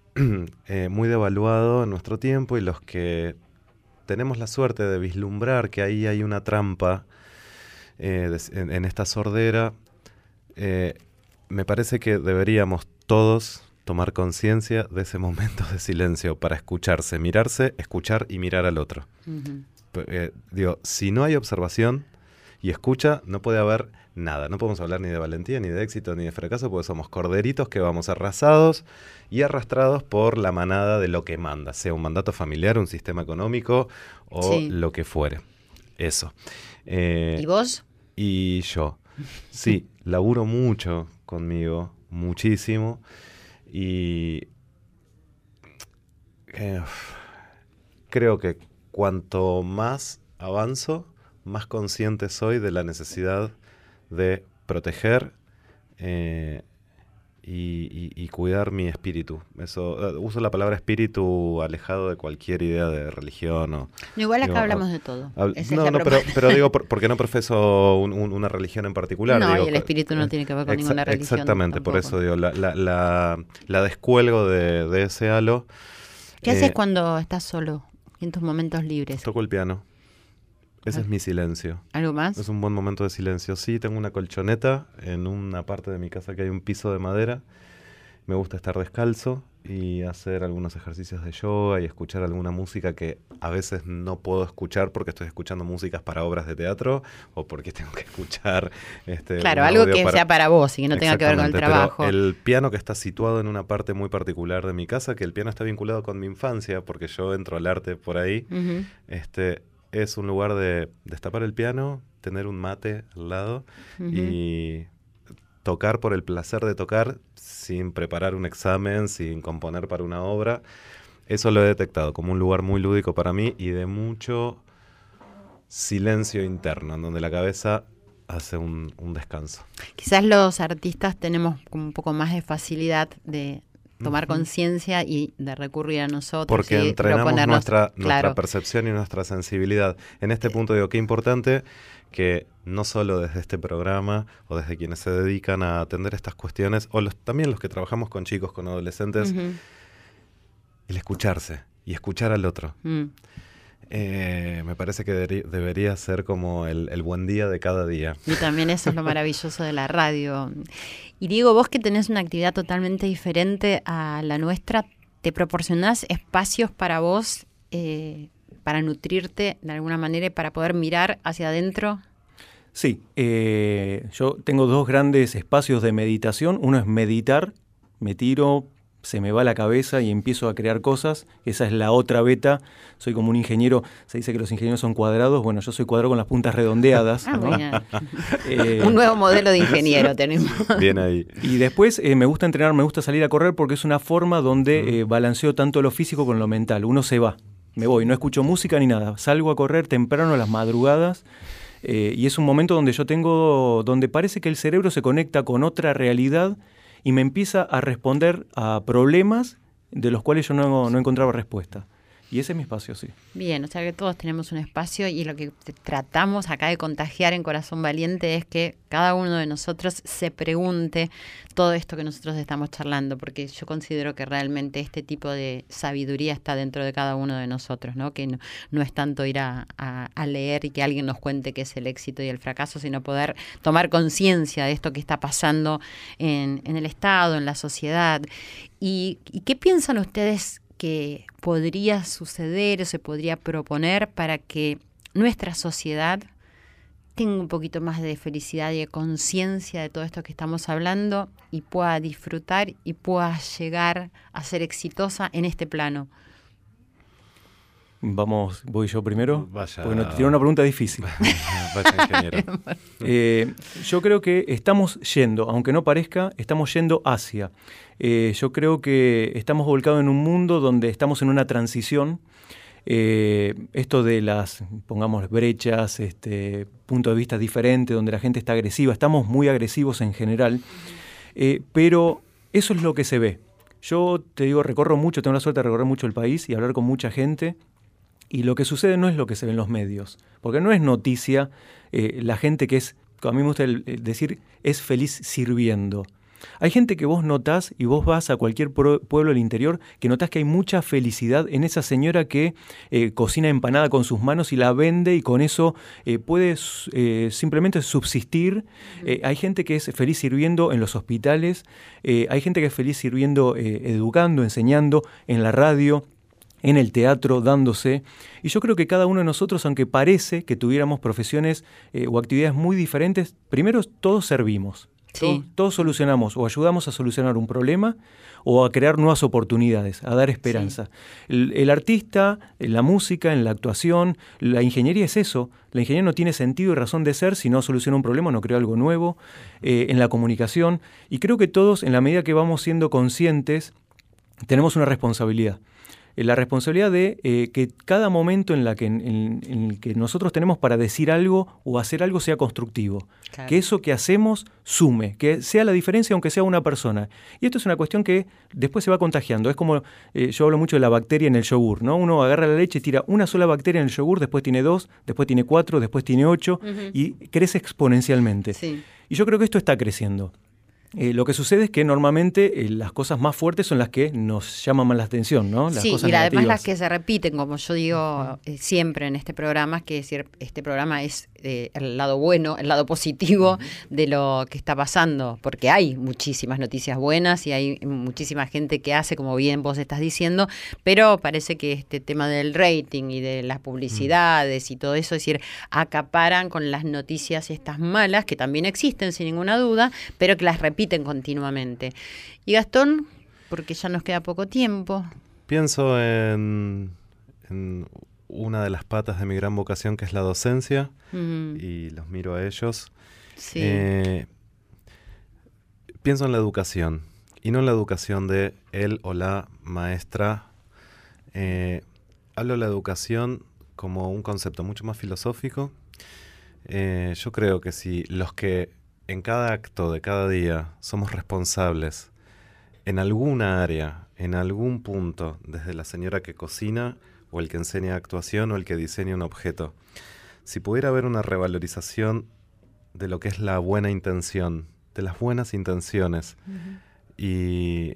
eh, muy devaluado en nuestro tiempo, y los que tenemos la suerte de vislumbrar que ahí hay una trampa eh, de, en, en esta sordera, eh, me parece que deberíamos todos tomar conciencia de ese momento de silencio para escucharse, mirarse, escuchar y mirar al otro. Uh-huh. Eh, digo, si no hay observación, y escucha, no puede haber nada. No podemos hablar ni de valentía, ni de éxito, ni de fracaso, porque somos corderitos que vamos arrasados y arrastrados por la manada de lo que manda, sea un mandato familiar, un sistema económico o Sí. lo que fuere. Eso. Eh, ¿Y vos? Y yo. Sí, laburo mucho conmigo, muchísimo. Y eh, creo que cuanto más avanzo, más consciente soy de la necesidad de proteger eh, y, y, y cuidar mi espíritu. Eso, uh, uso la palabra espíritu alejado de cualquier idea de religión. O, No, igual acá digo, hablamos hab- de todo. hab- Esa es no, la no, pero, propuesta. pero digo por- porque no profeso un- un- una religión en particular. No, digo, y el espíritu no tiene que ver con exa- ninguna religión Exactamente, por tampoco. eso digo, la, la, la, la descuelgo de, de ese halo. ¿Qué Eh, haces cuando estás solo, en tus momentos libres? Toco el piano. Ese Ah. es mi silencio. ¿Algo más? Es un buen momento de silencio. Sí, tengo una colchoneta en una parte de mi casa que hay un piso de madera. Me gusta estar descalzo y hacer algunos ejercicios de yoga y escuchar alguna música que a veces no puedo escuchar porque estoy escuchando músicas para obras de teatro o porque tengo que escuchar este, Claro, un algo audio que para- sea para vos y que no tenga que ver con el Exactamente, trabajo. pero el piano que está situado en una parte muy particular de mi casa, que el piano está vinculado con mi infancia, porque yo entro al arte por ahí, Ujú. este es un lugar de destapar el piano, tener un mate al lado Ujú. y tocar por el placer de tocar sin preparar un examen, sin componer para una obra. Eso lo he detectado como un lugar muy lúdico para mí y de mucho silencio interno, en donde la cabeza hace un, un descanso. Quizás los artistas tenemos como un poco más de facilidad de tomar Ujú. conciencia y de recurrir a nosotros Porque y entrenamos proponernos. nuestra, nuestra Claro. percepción y nuestra sensibilidad. En este punto digo, qué importante que no solo desde este programa o desde quienes se dedican a atender estas cuestiones, o los, también los que trabajamos con chicos, con adolescentes, Ujú. el escucharse y escuchar al otro. Mm. Eh, me parece que deberi- debería ser como el, el buen día de cada día. Y también eso es lo maravilloso de la radio. Y Diego, vos que tenés una actividad totalmente diferente a la nuestra, ¿te proporcionás espacios para vos, eh, para nutrirte de alguna manera y para poder mirar hacia adentro? Sí, eh, yo tengo dos grandes espacios de meditación. Uno es meditar, me tiro, se me va la cabeza y empiezo a crear cosas. Esa es la otra beta. Soy como un ingeniero, se dice que los ingenieros son cuadrados. Bueno, yo soy cuadrado con las puntas redondeadas. Ah, ¿no? bueno. Eh, Un nuevo modelo de ingeniero tenemos. Bien ahí. Y después eh, me gusta entrenar, me gusta salir a correr porque es una forma donde eh, balanceo tanto lo físico con lo mental. Uno se va, me voy, no escucho música ni nada. Salgo a correr temprano a las madrugadas eh, y es un momento donde yo tengo, donde parece que el cerebro se conecta con otra realidad y me empieza a responder a problemas de los cuales yo no, no encontraba respuesta. Y ese es mi espacio, sí. Bien, o sea que todos tenemos un espacio y lo que t- tratamos acá de contagiar en Corazón Valiente es que cada uno de nosotros se pregunte todo esto que nosotros estamos charlando, porque yo considero que realmente este tipo de sabiduría está dentro de cada uno de nosotros, ¿no? Que no, no es tanto ir a, a- a leer y que alguien nos cuente qué es el éxito y el fracaso, sino poder tomar conciencia de esto que está pasando en, en el Estado, en la sociedad. ¿Y, y qué piensan ustedes que podría suceder o se podría proponer para que nuestra sociedad tenga un poquito más de felicidad y de conciencia de todo esto que estamos hablando y pueda disfrutar y pueda llegar a ser exitosa en este plano? Vamos, voy yo primero. Vaya. Porque nos tiró una pregunta difícil. Vaya ingeniero. Eh, yo creo que estamos yendo, aunque no parezca, estamos yendo hacia. Eh, yo creo que estamos volcados en un mundo donde estamos en una transición. Eh, esto de las, pongamos, brechas, este, puntos de vista diferentes, donde la gente está agresiva, estamos muy agresivos en general, eh, pero eso es lo que se ve. Yo te digo, recorro mucho, tengo la suerte de recorrer mucho el país y hablar con mucha gente. Y lo que sucede no es lo que se ve en los medios, porque no es noticia eh, la gente que es, a mí me gusta el, el decir, es feliz sirviendo. Hay gente que vos notás, y vos vas a cualquier pro- pueblo del interior, que notás que hay mucha felicidad en esa señora que eh, cocina empanada con sus manos y la vende y con eso eh, puede eh, simplemente subsistir. Eh, hay gente que es feliz sirviendo en los hospitales, eh, hay gente que es feliz sirviendo, eh, educando, enseñando, en la radio. en el teatro, dándose. Y yo creo que cada uno de nosotros, aunque parece que tuviéramos profesiones eh, o actividades muy diferentes, primero todos servimos. Sí. Todos, todos solucionamos o ayudamos a solucionar un problema o a crear nuevas oportunidades, a dar esperanza. Sí. El, el artista, en la música, en la actuación, la ingeniería es eso. La ingeniería no tiene sentido y razón de ser si no soluciona un problema, no crea algo nuevo. Eh, en la comunicación. Y creo que todos, en la medida que vamos siendo conscientes, tenemos una responsabilidad. La responsabilidad de eh, que cada momento en, la que, en, en el que nosotros tenemos para decir algo o hacer algo sea constructivo. Claro. Que eso que hacemos sume, que sea la diferencia aunque sea una persona. Y esto es una cuestión que después se va contagiando. Es como, eh, yo hablo mucho de la bacteria en el yogur, ¿no? Uno agarra la leche y tira una sola bacteria en el yogur, después tiene dos, después tiene cuatro, después tiene ocho, uh-huh. y crece exponencialmente. Sí. Y yo creo que esto está creciendo. Eh, lo que sucede es que normalmente eh, las cosas más fuertes son las que nos llaman más la atención, ¿no? Las sí, cosas y además negativas. las que se repiten, como yo digo eh, siempre en este programa, es que decir, este programa es eh, el lado bueno, el lado positivo de lo que está pasando, porque hay muchísimas noticias buenas y hay muchísima gente que hace, como bien vos estás diciendo, pero parece que este tema del rating y de las publicidades y todo eso, es decir, acaparan con las noticias estas malas, que también existen sin ninguna duda, pero que las repiten repiten continuamente. Y Gastón, porque ya nos queda poco tiempo. Pienso en, en una de las patas de mi gran vocación, que es la docencia, mm. y los miro a ellos. Sí. Eh, pienso en la educación, y no en la educación de él o la maestra. Eh, hablo de la educación como un concepto mucho más filosófico. Eh, yo creo que si los que en cada acto de cada día somos responsables en alguna área, en algún punto, desde la señora que cocina o el que enseña actuación o el que diseña un objeto. Si pudiera haber una revalorización de lo que es la buena intención, de las buenas intenciones, uh-huh. y,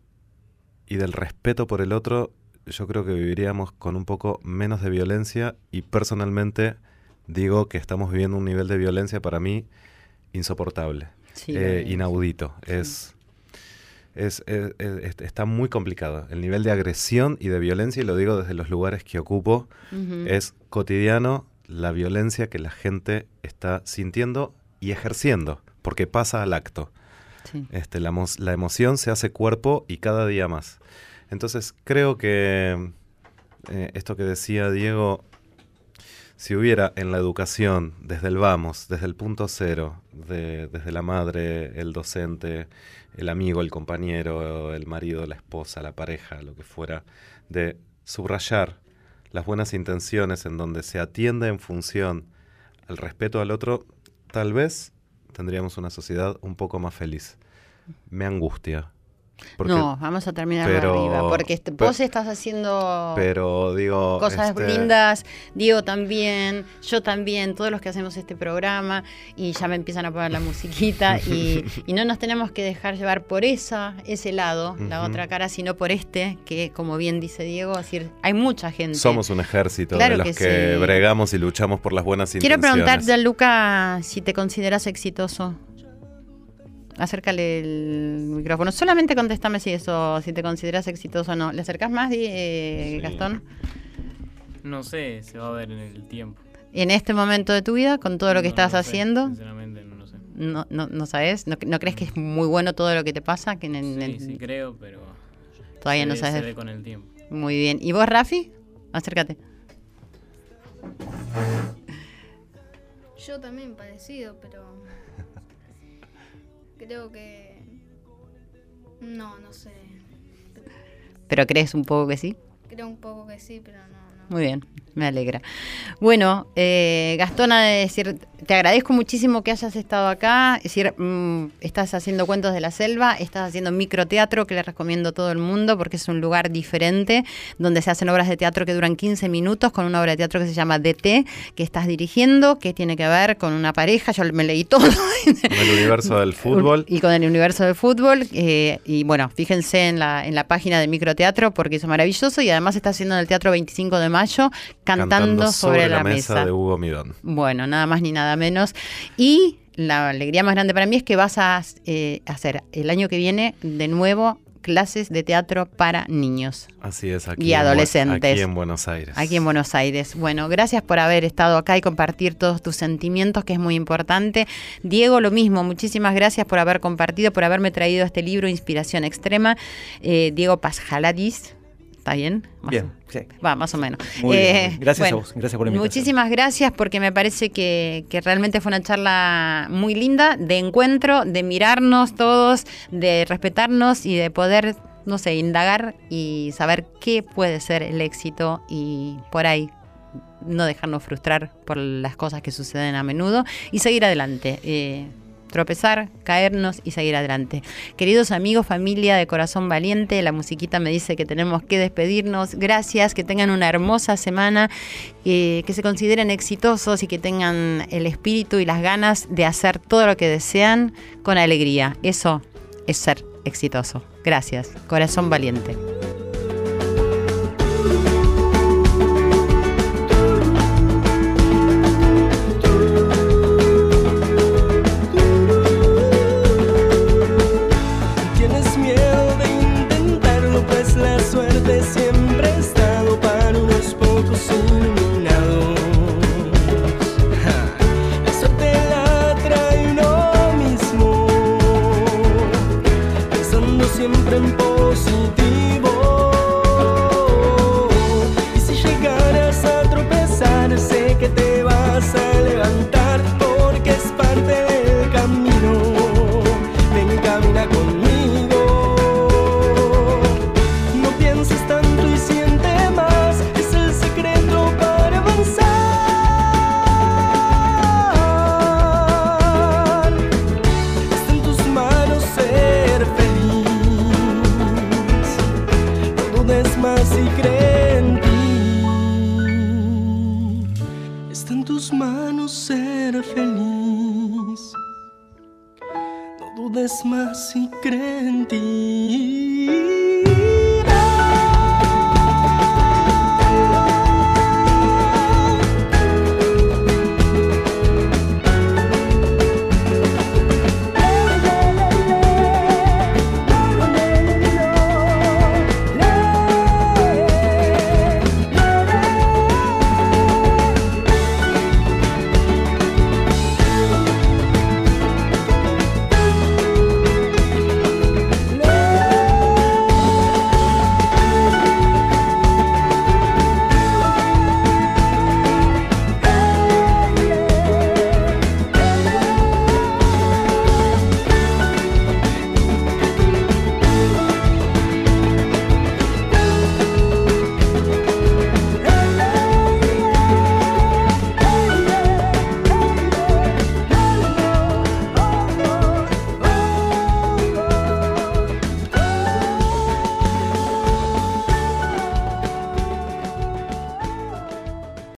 y del respeto por el otro, yo creo que viviríamos con un poco menos de violencia, y personalmente digo que estamos viviendo un nivel de violencia para mí insoportable, sí, eh, inaudito. Sí. Es, es, es, es, está muy complicado. El nivel de agresión y de violencia, y lo digo desde los lugares que ocupo, uh-huh. es cotidiano la violencia que la gente está sintiendo y ejerciendo, porque pasa al acto. Sí. Este, la, la emoción se hace cuerpo y cada día más. Entonces creo que eh, esto que decía Diego, si hubiera en la educación, desde el vamos, desde el punto cero, de, desde la madre, el docente, el amigo, el compañero, el marido, la esposa, la pareja, lo que fuera, de subrayar las buenas intenciones en donde se atiende en función al respeto al otro, tal vez tendríamos una sociedad un poco más feliz. Me angustia. Porque, no, vamos a terminar pero, arriba, porque est- vos pero, estás haciendo pero, digo, cosas este... lindas, Diego también, yo también, todos los que hacemos este programa, y ya me empiezan a poner la musiquita, y, y no nos tenemos que dejar llevar por esa, ese lado, uh-huh. la otra cara, sino por este, que como bien dice Diego, es decir, hay mucha gente. Somos un ejército claro de los que, que sí. bregamos y luchamos por las buenas Quiero intenciones. Quiero preguntarte a Luca si te consideras exitoso. Acércale el micrófono. Solamente contéstame si eso, si te consideras exitoso o no. ¿Le acercás más, eh, sí. Gastón? No sé, se va a ver en el tiempo. ¿En este momento de tu vida, con todo lo que no, estás no haciendo? Sé, sinceramente no lo sé. ¿No, no, no sabes? ¿No, ¿No crees que es muy bueno todo lo que te pasa? Que en el, sí, el... sí creo, pero todavía se no ve, sabes. Se ve con el tiempo. Muy bien. ¿Y vos, Rafi? Acércate. Yo también parecido, pero creo que no, no sé. ¿Pero crees un poco que sí? Creo un poco que sí, pero no. no. Muy bien, me alegra. Bueno, eh, Gastón, a decir, te agradezco muchísimo que hayas estado acá. Es decir, mmm, estás haciendo Cuentos de la Selva, estás haciendo microteatro, que le recomiendo a todo el mundo porque es un lugar diferente, donde se hacen obras de teatro que duran quince minutos, con una obra de teatro que se llama D T, que estás dirigiendo, que tiene que ver con una pareja, yo me leí todo. Con el universo del fútbol. Y con el universo del fútbol. Eh, y bueno, fíjense en la, en la página de microteatro porque es maravilloso, y además está haciendo en el Teatro veinticinco de mayo, cantando, cantando sobre, sobre la, la mesa, mesa de Hugo Midón. Bueno, nada más ni nada menos. Y la alegría más grande para mí es que vas a eh, hacer el año que viene de nuevo clases de teatro para niños. Así es, aquí, y en, adolescentes. aquí en Buenos Aires. Aquí en Buenos Aires. Bueno, gracias por haber estado acá y compartir todos tus sentimientos, que es muy importante. Diego, lo mismo, muchísimas gracias por haber compartido, por haberme traído este libro, Inspiración Extrema. Eh, Diego Pasjaladis. ¿Está bien? Más Bien, o, sí. Va, más o menos. Muy Eh, bien. Gracias bueno, a vos, gracias por la invitación. Muchísimas gracias, porque me parece que, que realmente fue una charla muy linda, de encuentro, de mirarnos todos, de respetarnos y de poder, no sé, indagar y saber qué puede ser el éxito y por ahí no dejarnos frustrar por las cosas que suceden a menudo y seguir adelante. Eh, tropezar, caernos y seguir adelante. Queridos amigos, familia de Corazón Valiente, la musiquita me dice que tenemos que despedirnos. Gracias, que tengan una hermosa semana, eh, que se consideren exitosos y que tengan el espíritu y las ganas de hacer todo lo que desean con alegría. Eso es ser exitoso. Gracias, Corazón Valiente. Siempre he estado para unos pocos iluminados. La suerte la trae uno mismo, pensando siempre en positivo. Y si llegaras a tropezar, sé que te vas a levantar, porque es parte del camino. Ven, camina conmigo. Tanto y siente más, es el secreto para avanzar. Está en tus manos ser feliz. No dudes más y cree en ti. Está en tus manos ser feliz. No dudes más y cree en ti.